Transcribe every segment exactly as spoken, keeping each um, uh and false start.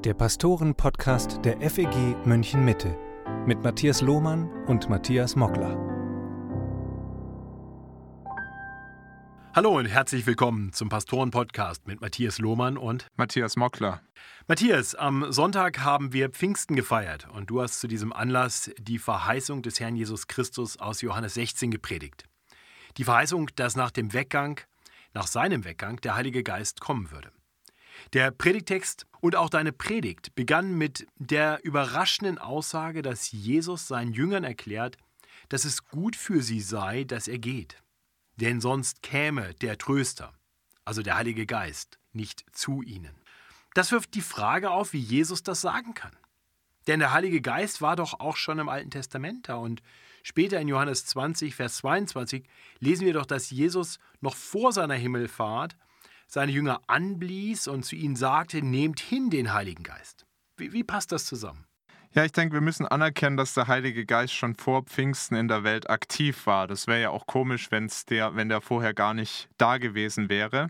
Der Pastoren-Podcast der F E G München Mitte mit Matthias Lohmann und Matthias Mockler. Hallo und herzlich willkommen zum Pastoren-Podcast mit Matthias Lohmann und Matthias Mockler. Matthias, am Sonntag haben wir Pfingsten gefeiert und du hast zu diesem Anlass die Verheißung des Herrn Jesus Christus aus Johannes sechzehn gepredigt. Die Verheißung, dass nach dem Weggang, nach seinem Weggang, der Heilige Geist kommen würde. Der Predigtext und auch deine Predigt begann mit der überraschenden Aussage, dass Jesus seinen Jüngern erklärt, dass es gut für sie sei, dass er geht. Denn sonst käme der Tröster, also der Heilige Geist, nicht zu ihnen. Das wirft die Frage auf, wie Jesus das sagen kann. Denn der Heilige Geist war doch auch schon im Alten Testament da. Und später in Johannes zwanzig, Vers zweiundzwanzig lesen wir doch, dass Jesus noch vor seiner Himmelfahrt seine Jünger anblies und zu ihnen sagte, nehmt hin den Heiligen Geist. Wie, wie passt das zusammen? Ja, ich denke, wir müssen anerkennen, dass der Heilige Geist schon vor Pfingsten in der Welt aktiv war. Das wäre ja auch komisch, wenn's der, wenn der vorher gar nicht da gewesen wäre.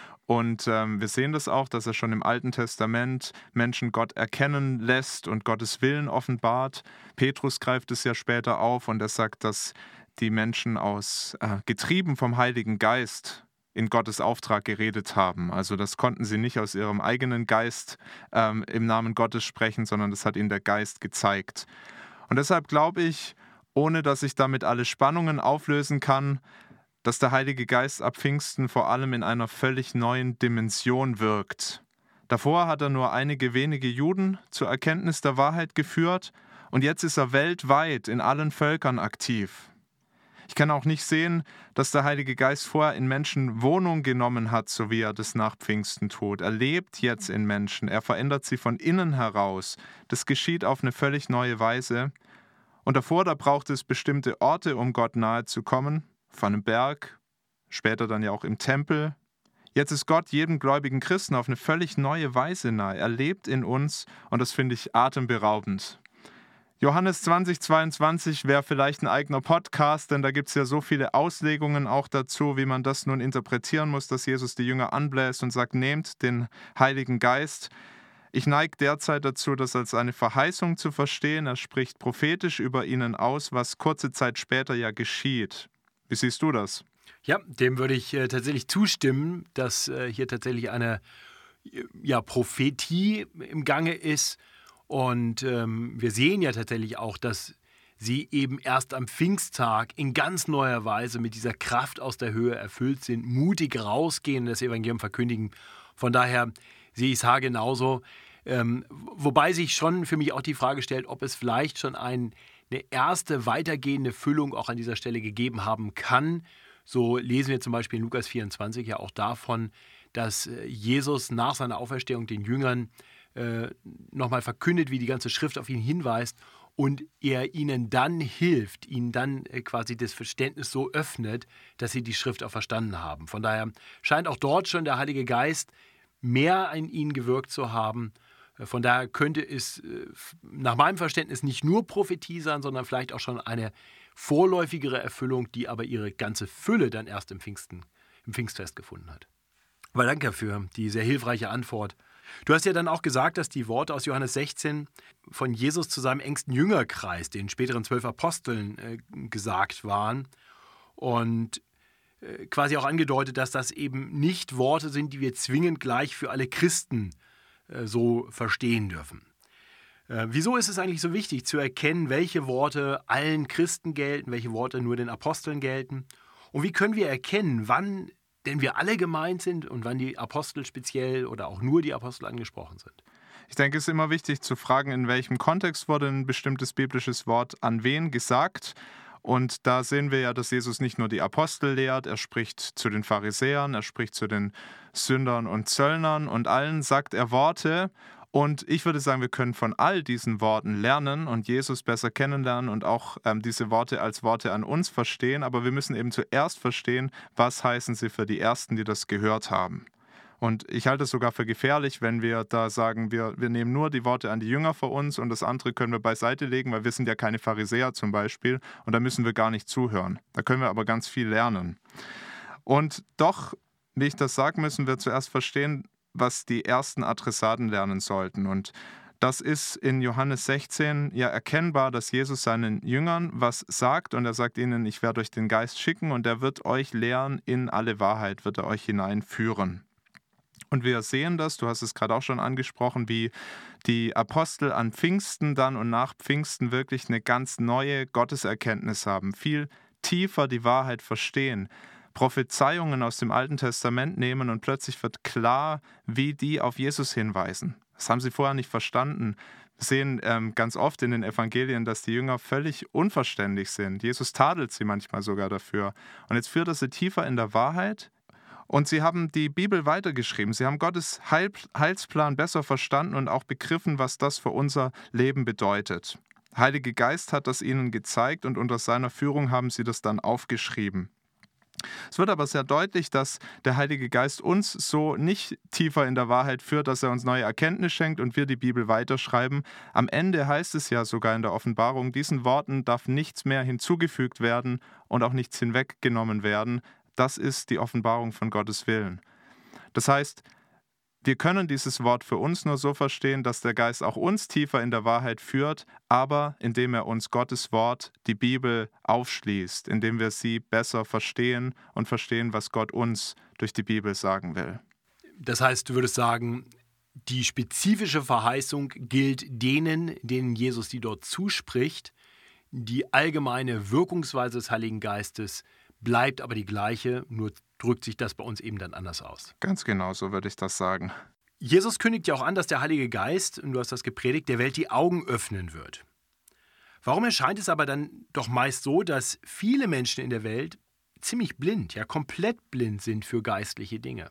Und ähm, wir sehen das auch, dass er schon im Alten Testament Menschen Gott erkennen lässt und Gottes Willen offenbart. Petrus greift es ja später auf und er sagt, dass die Menschen aus äh, getrieben vom Heiligen Geist in Gottes Auftrag geredet haben. Also das konnten sie nicht aus ihrem eigenen Geist ähm, im Namen Gottes sprechen, sondern das hat ihnen der Geist gezeigt. Und deshalb glaube ich, ohne dass ich damit alle Spannungen auflösen kann, dass der Heilige Geist ab Pfingsten vor allem in einer völlig neuen Dimension wirkt. Davor hat er nur einige wenige Juden zur Erkenntnis der Wahrheit geführt und jetzt ist er weltweit in allen Völkern aktiv. Ich kann auch nicht sehen, dass der Heilige Geist vorher in Menschen Wohnung genommen hat, so wie er das nach Pfingsten tut. Er lebt jetzt in Menschen, er verändert sie von innen heraus. Das geschieht auf eine völlig neue Weise. Und davor, da braucht es bestimmte Orte, um Gott nahe zu kommen. Auf einem Berg, später dann ja auch im Tempel. Jetzt ist Gott jedem gläubigen Christen auf eine völlig neue Weise nahe. Er lebt in uns und das finde ich atemberaubend. Johannes zwanzig, zweiundzwanzig wäre vielleicht ein eigener Podcast, denn da gibt es ja so viele Auslegungen auch dazu, wie man das nun interpretieren muss, dass Jesus die Jünger anbläst und sagt, nehmt den Heiligen Geist. Ich neige derzeit dazu, das als eine Verheißung zu verstehen. Er spricht prophetisch über ihnen aus, was kurze Zeit später ja geschieht. Wie siehst du das? Ja, dem würde ich äh, tatsächlich zustimmen, dass äh, hier tatsächlich eine ja, Prophetie im Gange ist. Und ähm, wir sehen ja tatsächlich auch, dass sie eben erst am Pfingsttag in ganz neuer Weise mit dieser Kraft aus der Höhe erfüllt sind, mutig rausgehen und das Evangelium verkündigen. Von daher sehe ich es haargenauso. Ähm, wobei sich schon für mich auch die Frage stellt, ob es vielleicht schon ein, eine erste weitergehende Füllung auch an dieser Stelle gegeben haben kann. So lesen wir zum Beispiel in Lukas vierundzwanzig ja auch davon, dass Jesus nach seiner Auferstehung den Jüngern äh, nochmal verkündet, wie die ganze Schrift auf ihn hinweist und er ihnen dann hilft, ihnen dann äh, quasi das Verständnis so öffnet, dass sie die Schrift auch verstanden haben. Von daher scheint auch dort schon der Heilige Geist mehr in ihnen gewirkt zu haben. Von daher könnte es äh, nach meinem Verständnis nicht nur Prophetie sein, sondern vielleicht auch schon eine vorläufigere Erfüllung, die aber ihre ganze Fülle dann erst im Pfingsten, im Pfingstfest gefunden hat. Aber danke für die sehr hilfreiche Antwort. Du hast ja dann auch gesagt, dass die Worte aus Johannes sechzehn von Jesus zu seinem engsten Jüngerkreis, den späteren zwölf Aposteln, äh, gesagt waren. Und äh, quasi auch angedeutet, dass das eben nicht Worte sind, die wir zwingend gleich für alle Christen äh, so verstehen dürfen. Äh, wieso ist es eigentlich so wichtig zu erkennen, welche Worte allen Christen gelten, welche Worte nur den Aposteln gelten? Und wie können wir erkennen, wann denn wir alle gemeint sind und wann die Apostel speziell oder auch nur die Apostel angesprochen sind? Ich denke, es ist immer wichtig zu fragen, in welchem Kontext wurde ein bestimmtes biblisches Wort an wen gesagt. Und da sehen wir ja, dass Jesus nicht nur die Apostel lehrt, er spricht zu den Pharisäern, er spricht zu den Sündern und Zöllnern und allen sagt er Worte. Und ich würde sagen, wir können von all diesen Worten lernen und Jesus besser kennenlernen und auch ähm, diese Worte als Worte an uns verstehen. Aber wir müssen eben zuerst verstehen, was heißen sie für die Ersten, die das gehört haben. Und ich halte es sogar für gefährlich, wenn wir da sagen, wir, wir nehmen nur die Worte an die Jünger vor uns und das andere können wir beiseite legen, weil wir sind ja keine Pharisäer zum Beispiel und da müssen wir gar nicht zuhören. Da können wir aber ganz viel lernen. Und doch, wie ich das sage, müssen wir zuerst verstehen, was die ersten Adressaten lernen sollten. Und das ist in Johannes sechzehn ja erkennbar, dass Jesus seinen Jüngern was sagt und er sagt ihnen, ich werde euch den Geist schicken und er wird euch lehren, in alle Wahrheit wird er euch hineinführen. Und wir sehen das, du hast es gerade auch schon angesprochen, wie die Apostel an Pfingsten dann und nach Pfingsten wirklich eine ganz neue Gotteserkenntnis haben, viel tiefer die Wahrheit verstehen, Prophezeiungen aus dem Alten Testament nehmen und plötzlich wird klar, wie die auf Jesus hinweisen. Das haben sie vorher nicht verstanden. Wir sehen ähm, ganz oft in den Evangelien, dass die Jünger völlig unverständlich sind. Jesus tadelt sie manchmal sogar dafür. Und jetzt führt er sie tiefer in der Wahrheit. Und sie haben die Bibel weitergeschrieben. Sie haben Gottes Heil- Heilsplan besser verstanden und auch begriffen, was das für unser Leben bedeutet. Der Heilige Geist hat das ihnen gezeigt und unter seiner Führung haben sie das dann aufgeschrieben. Es wird aber sehr deutlich, dass der Heilige Geist uns so nicht tiefer in der Wahrheit führt, dass er uns neue Erkenntnis schenkt und wir die Bibel weiterschreiben. Am Ende heißt es ja sogar in der Offenbarung, diesen Worten darf nichts mehr hinzugefügt werden und auch nichts hinweggenommen werden. Das ist die Offenbarung von Gottes Willen. Das heißt, wir können dieses Wort für uns nur so verstehen, dass der Geist auch uns tiefer in der Wahrheit führt, aber indem er uns Gottes Wort, die Bibel, aufschließt, indem wir sie besser verstehen und verstehen, was Gott uns durch die Bibel sagen will. Das heißt, du würdest sagen, die spezifische Verheißung gilt denen, denen Jesus die dort zuspricht. Die allgemeine Wirkungsweise des Heiligen Geistes bleibt aber die gleiche, nur drückt sich das bei uns eben dann anders aus. Ganz genau, so würde ich das sagen. Jesus kündigt ja auch an, dass der Heilige Geist, und du hast das gepredigt, der Welt die Augen öffnen wird. Warum erscheint es aber dann doch meist so, dass viele Menschen in der Welt ziemlich blind, ja komplett blind sind für geistliche Dinge?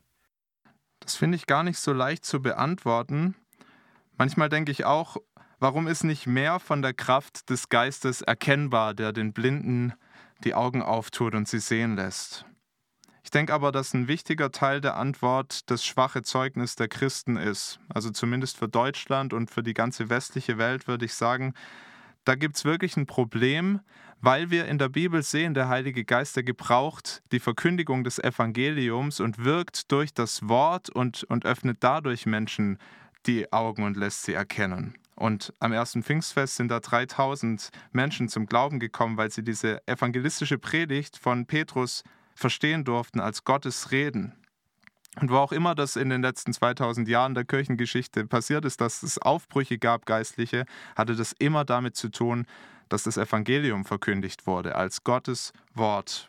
Das finde ich gar nicht so leicht zu beantworten. Manchmal denke ich auch, warum ist nicht mehr von der Kraft des Geistes erkennbar, der den Blinden die Augen auftut und sie sehen lässt? Ich denke aber, dass ein wichtiger Teil der Antwort das schwache Zeugnis der Christen ist. Also zumindest für Deutschland und für die ganze westliche Welt würde ich sagen, da gibt es wirklich ein Problem, weil wir in der Bibel sehen, der Heilige Geist, der gebraucht die Verkündigung des Evangeliums und wirkt durch das Wort und, und öffnet dadurch Menschen die Augen und lässt sie erkennen. Und am ersten Pfingstfest sind da dreitausend Menschen zum Glauben gekommen, weil sie diese evangelistische Predigt von Petrus verstehen durften als Gottes Reden. Und wo auch immer das in den letzten zweitausend Jahren der Kirchengeschichte passiert ist, dass es Aufbrüche gab, geistliche, hatte das immer damit zu tun, dass das Evangelium verkündigt wurde als Gottes Wort.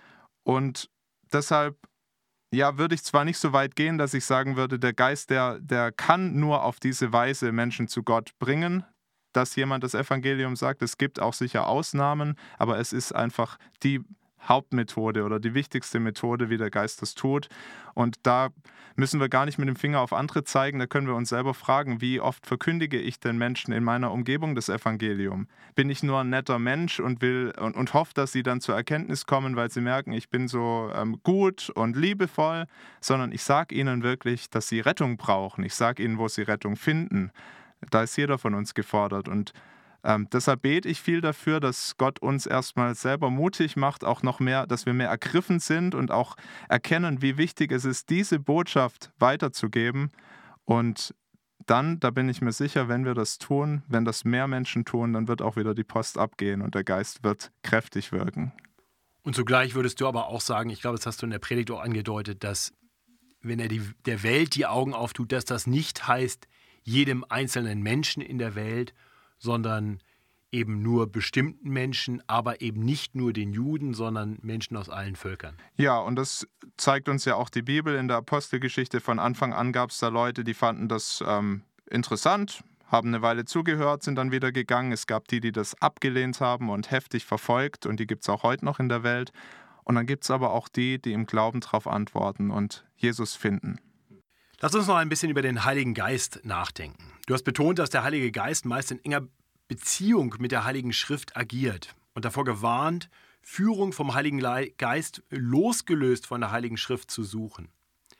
Und deshalb ja, würde ich zwar nicht so weit gehen, dass ich sagen würde, der Geist, der, der kann nur auf diese Weise Menschen zu Gott bringen, dass jemand das Evangelium sagt. Es gibt auch sicher Ausnahmen, aber es ist einfach die Hauptmethode oder die wichtigste Methode, wie der Geist das tut. Und da müssen wir gar nicht mit dem Finger auf andere zeigen, da können wir uns selber fragen, wie oft verkündige ich den Menschen in meiner Umgebung das Evangelium? Bin ich nur ein netter Mensch und will und, und hoffe, dass sie dann zur Erkenntnis kommen, weil sie merken, ich bin so ähm, gut und liebevoll, sondern ich sage ihnen wirklich, dass sie Rettung brauchen. Ich sage ihnen, wo sie Rettung finden. Da ist jeder von uns gefordert und Ähm, deshalb bete ich viel dafür, dass Gott uns erstmal selber mutig macht, auch noch mehr, dass wir mehr ergriffen sind und auch erkennen, wie wichtig es ist, diese Botschaft weiterzugeben. Und dann, da bin ich mir sicher, wenn wir das tun, wenn das mehr Menschen tun, dann wird auch wieder die Post abgehen und der Geist wird kräftig wirken. Und zugleich würdest du aber auch sagen, ich glaube, das hast du in der Predigt auch angedeutet, dass wenn er die, der Welt die Augen auftut, dass das nicht heißt, jedem einzelnen Menschen in der Welt, sondern eben nur bestimmten Menschen, aber eben nicht nur den Juden, sondern Menschen aus allen Völkern. Ja, und das zeigt uns ja auch die Bibel. In der Apostelgeschichte von Anfang an gab es da Leute, die fanden das ähm, interessant, haben eine Weile zugehört, sind dann wieder gegangen. Es gab die, die das abgelehnt haben und heftig verfolgt und die gibt es auch heute noch in der Welt. Und dann gibt es aber auch die, die im Glauben darauf antworten und Jesus finden. Lass uns noch ein bisschen über den Heiligen Geist nachdenken. Du hast betont, dass der Heilige Geist meist in enger Beziehung mit der Heiligen Schrift agiert und davor gewarnt, Führung vom Heiligen Geist losgelöst von der Heiligen Schrift zu suchen.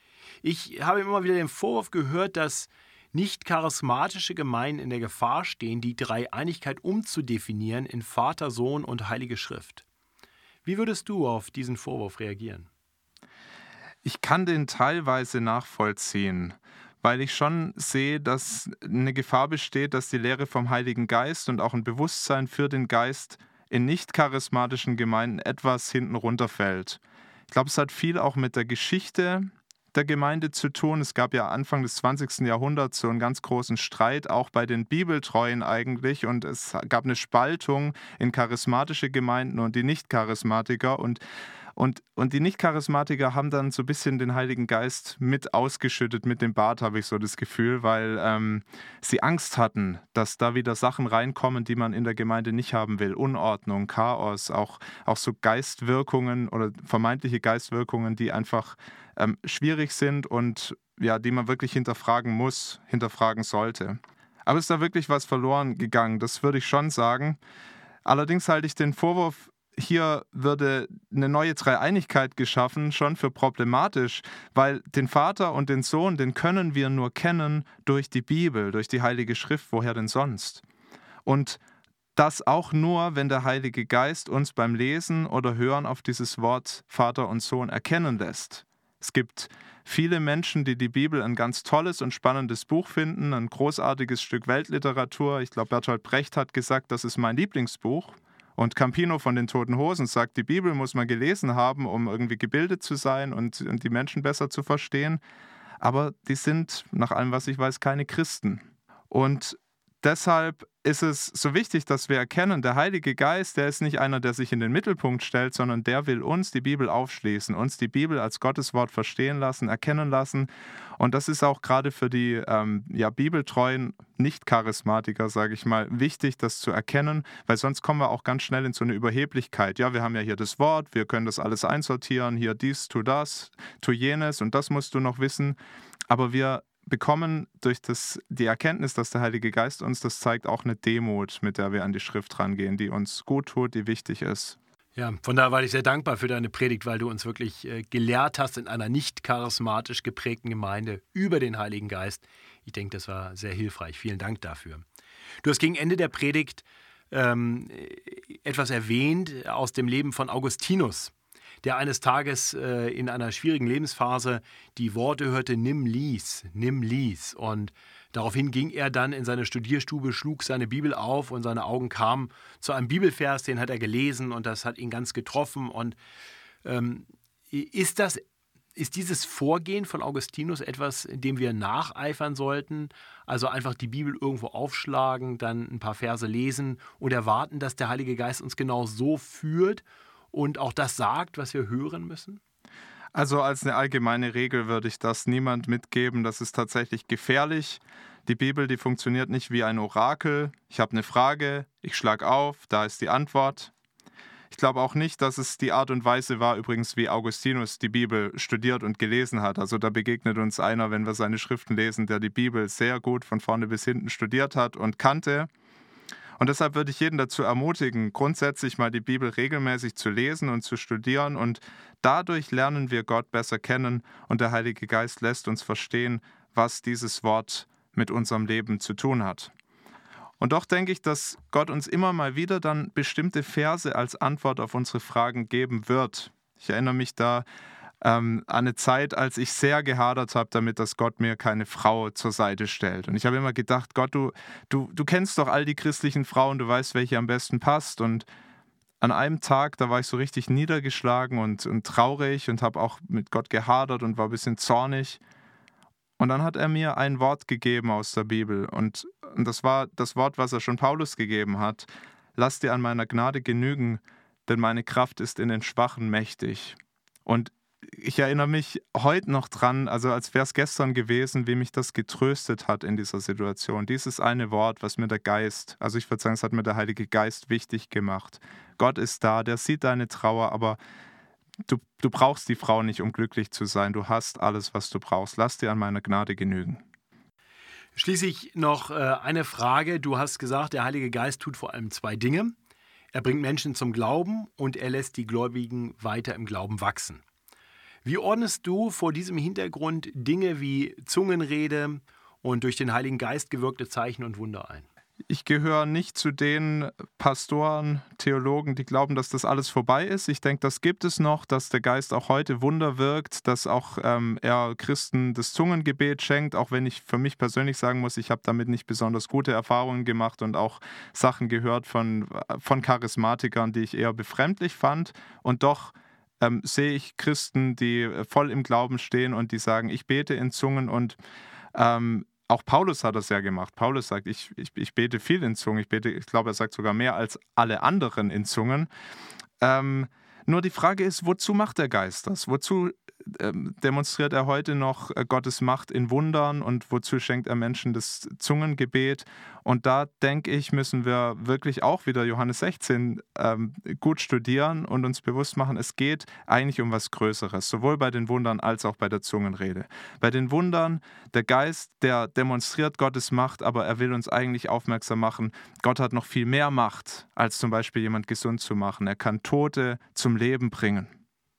Ich habe immer wieder den Vorwurf gehört, dass nicht charismatische Gemeinden in der Gefahr stehen, die Dreieinigkeit umzudefinieren in Vater, Sohn und Heilige Schrift. Wie würdest du auf diesen Vorwurf reagieren? Ich kann den teilweise nachvollziehen, weil ich schon sehe, dass eine Gefahr besteht, dass die Lehre vom Heiligen Geist und auch ein Bewusstsein für den Geist in nicht charismatischen Gemeinden etwas hinten runterfällt. Ich glaube, es hat viel auch mit der Geschichte der Gemeinde zu tun. Es gab ja Anfang des zwanzigsten Jahrhunderts so einen ganz großen Streit, auch bei den Bibeltreuen eigentlich. Und es gab eine Spaltung in charismatische Gemeinden und die Nicht-Charismatiker. Und, und, und die Nicht-Charismatiker haben dann so ein bisschen den Heiligen Geist mit ausgeschüttet mit dem Bad, habe ich so das Gefühl, weil ähm, sie Angst hatten, dass da wieder Sachen reinkommen, die man in der Gemeinde nicht haben will. Unordnung, Chaos, auch, auch so Geistwirkungen oder vermeintliche Geistwirkungen, die einfach ähm, schwierig sind und ja, die man wirklich hinterfragen muss, hinterfragen sollte. Aber ist da wirklich was verloren gegangen? Das würde ich schon sagen. Allerdings halte ich den Vorwurf, hier würde eine neue Dreieinigkeit geschaffen, schon für problematisch, weil den Vater und den Sohn, den können wir nur kennen durch die Bibel, durch die Heilige Schrift, woher denn sonst? Und das auch nur, wenn der Heilige Geist uns beim Lesen oder Hören auf dieses Wort Vater und Sohn erkennen lässt. Es gibt viele Menschen, die die Bibel ein ganz tolles und spannendes Buch finden, ein großartiges Stück Weltliteratur. Ich glaube, Bertolt Brecht hat gesagt, das ist mein Lieblingsbuch. Und Campino von den Toten Hosen sagt, die Bibel muss man gelesen haben, um irgendwie gebildet zu sein und, und die Menschen besser zu verstehen. Aber die sind, nach allem, was ich weiß, keine Christen. Und deshalb ist es so wichtig, dass wir erkennen, der Heilige Geist, der ist nicht einer, der sich in den Mittelpunkt stellt, sondern der will uns die Bibel aufschließen, uns die Bibel als Gottes Wort verstehen lassen, erkennen lassen. Und das ist auch gerade für die ähm, ja, bibeltreuen Nicht-Charismatiker, sage ich mal, wichtig, das zu erkennen, weil sonst kommen wir auch ganz schnell in so eine Überheblichkeit. Ja, wir haben ja hier das Wort, wir können das alles einsortieren, hier dies, tu das, tu jenes und das musst du noch wissen. Aber wir bekommen durch das, die Erkenntnis, dass der Heilige Geist uns das zeigt, auch eine Demut, mit der wir an die Schrift rangehen, die uns gut tut, die wichtig ist. Ja, von daher war ich sehr dankbar für deine Predigt, weil du uns wirklich äh, gelehrt hast in einer nicht charismatisch geprägten Gemeinde über den Heiligen Geist. Ich denke, das war sehr hilfreich. Vielen Dank dafür. Du hast gegen Ende der Predigt ähm, etwas erwähnt aus dem Leben von Augustinus, der eines Tages äh, in einer schwierigen Lebensphase die Worte hörte, nimm lies, nimm lies. Und daraufhin ging er dann in seine Studierstube, schlug seine Bibel auf und seine Augen kamen zu einem Bibelvers, den hat er gelesen und das hat ihn ganz getroffen. Und ähm, ist das, ist dieses Vorgehen von Augustinus etwas, dem wir nacheifern sollten? Also einfach die Bibel irgendwo aufschlagen, dann ein paar Verse lesen und erwarten, dass der Heilige Geist uns genau so führt und auch das sagt, was wir hören müssen? Also als eine allgemeine Regel würde ich das niemand mitgeben. Das ist tatsächlich gefährlich. Die Bibel, die funktioniert nicht wie ein Orakel. Ich habe eine Frage, ich schlage auf, da ist die Antwort. Ich glaube auch nicht, dass es die Art und Weise war, übrigens, wie Augustinus die Bibel studiert und gelesen hat. Also da begegnet uns einer, wenn wir seine Schriften lesen, der die Bibel sehr gut von vorne bis hinten studiert hat und kannte. Und deshalb würde ich jeden dazu ermutigen, grundsätzlich mal die Bibel regelmäßig zu lesen und zu studieren. Und dadurch lernen wir Gott besser kennen und der Heilige Geist lässt uns verstehen, was dieses Wort mit unserem Leben zu tun hat. Und doch denke ich, dass Gott uns immer mal wieder dann bestimmte Verse als Antwort auf unsere Fragen geben wird. Ich erinnere mich da Ähm, an eine Zeit, als ich sehr gehadert habe damit, dass Gott mir keine Frau zur Seite stellt. Und ich habe immer gedacht, Gott, du, du, du kennst doch all die christlichen Frauen, du weißt, welche am besten passt. Und an einem Tag, da war ich so richtig niedergeschlagen und, und traurig und habe auch mit Gott gehadert und war ein bisschen zornig. Und dann hat er mir ein Wort gegeben aus der Bibel. Und, und das war das Wort, was er schon Paulus gegeben hat. Lass dir an meiner Gnade genügen, denn meine Kraft ist in den Schwachen mächtig. Und ich erinnere mich heute noch dran, also als wäre es gestern gewesen, wie mich das getröstet hat in dieser Situation. Dieses eine Wort, was mir der Geist, also ich würde sagen, es hat mir der Heilige Geist wichtig gemacht. Gott ist da, der sieht deine Trauer, aber du, du brauchst die Frau nicht, um glücklich zu sein. Du hast alles, was du brauchst. Lass dir an meiner Gnade genügen. Schließlich noch äh, eine Frage. Du hast gesagt, der Heilige Geist tut vor allem zwei Dinge. Er bringt Menschen zum Glauben und er lässt die Gläubigen weiter im Glauben wachsen. Wie ordnest du vor diesem Hintergrund Dinge wie Zungenrede und durch den Heiligen Geist gewirkte Zeichen und Wunder ein? Ich gehöre nicht zu den Pastoren, Theologen, die glauben, dass das alles vorbei ist. Ich denke, das gibt es noch, dass der Geist auch heute Wunder wirkt, dass auch ähm, er Christen das Zungengebet schenkt, auch wenn ich für mich persönlich sagen muss, ich habe damit nicht besonders gute Erfahrungen gemacht und auch Sachen gehört von, von Charismatikern, die ich eher befremdlich fand. Und doch ähm, sehe ich Christen, die voll im Glauben stehen und die sagen, ich bete in Zungen und ähm, auch Paulus hat das ja gemacht. Paulus sagt, ich, ich, ich bete viel in Zungen. Ich bete, ich glaube, er sagt sogar mehr als alle anderen in Zungen. Ähm, nur die Frage ist, wozu macht der Geist das? Wozu ähm, demonstriert er heute noch äh, Gottes Macht in Wundern und wozu schenkt er Menschen das Zungengebet? Und da, denke ich, müssen wir wirklich auch wieder Johannes sechzehn ähm, gut studieren und uns bewusst machen, es geht eigentlich um was Größeres, sowohl bei den Wundern als auch bei der Zungenrede. Bei den Wundern, der Geist, der demonstriert Gottes Macht, aber er will uns eigentlich aufmerksam machen, Gott hat noch viel mehr Macht, als zum Beispiel jemand gesund zu machen. Er kann Tote zum Leben bringen.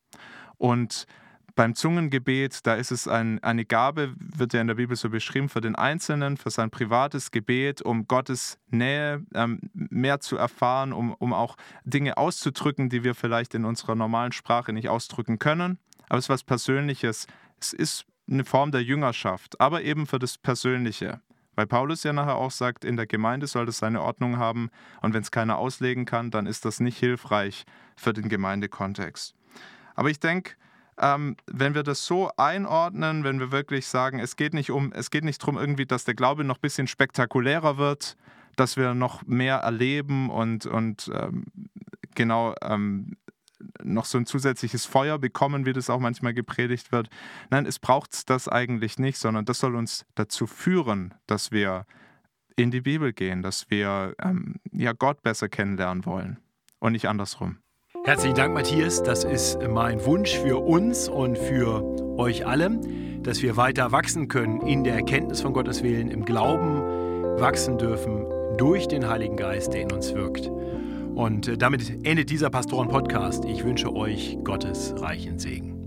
Und beim Zungengebet, da ist es ein, eine Gabe, wird ja in der Bibel so beschrieben, für den Einzelnen, für sein privates Gebet, um Gottes Nähe ähm, mehr zu erfahren, um, um auch Dinge auszudrücken, die wir vielleicht in unserer normalen Sprache nicht ausdrücken können. Aber es ist was Persönliches. Es ist eine Form der Jüngerschaft, aber eben für das Persönliche. Weil Paulus ja nachher auch sagt, in der Gemeinde soll das seine Ordnung haben und wenn es keiner auslegen kann, dann ist das nicht hilfreich für den Gemeindekontext. Aber ich denke, Ähm, wenn wir das so einordnen, wenn wir wirklich sagen, es geht nicht um, es geht nicht darum irgendwie, dass der Glaube noch ein bisschen spektakulärer wird, dass wir noch mehr erleben und, und ähm, genau ähm, noch so ein zusätzliches Feuer bekommen, wie das auch manchmal gepredigt wird. Nein, es braucht das eigentlich nicht, sondern das soll uns dazu führen, dass wir in die Bibel gehen, dass wir ähm, ja, Gott besser kennenlernen wollen und nicht andersrum. Herzlichen Dank, Matthias. Das ist mein Wunsch für uns und für euch alle, dass wir weiter wachsen können in der Erkenntnis von Gottes Willen, im Glauben wachsen dürfen durch den Heiligen Geist, der in uns wirkt. Und damit endet dieser Pastoren-Podcast. Ich wünsche euch Gottes reichen Segen.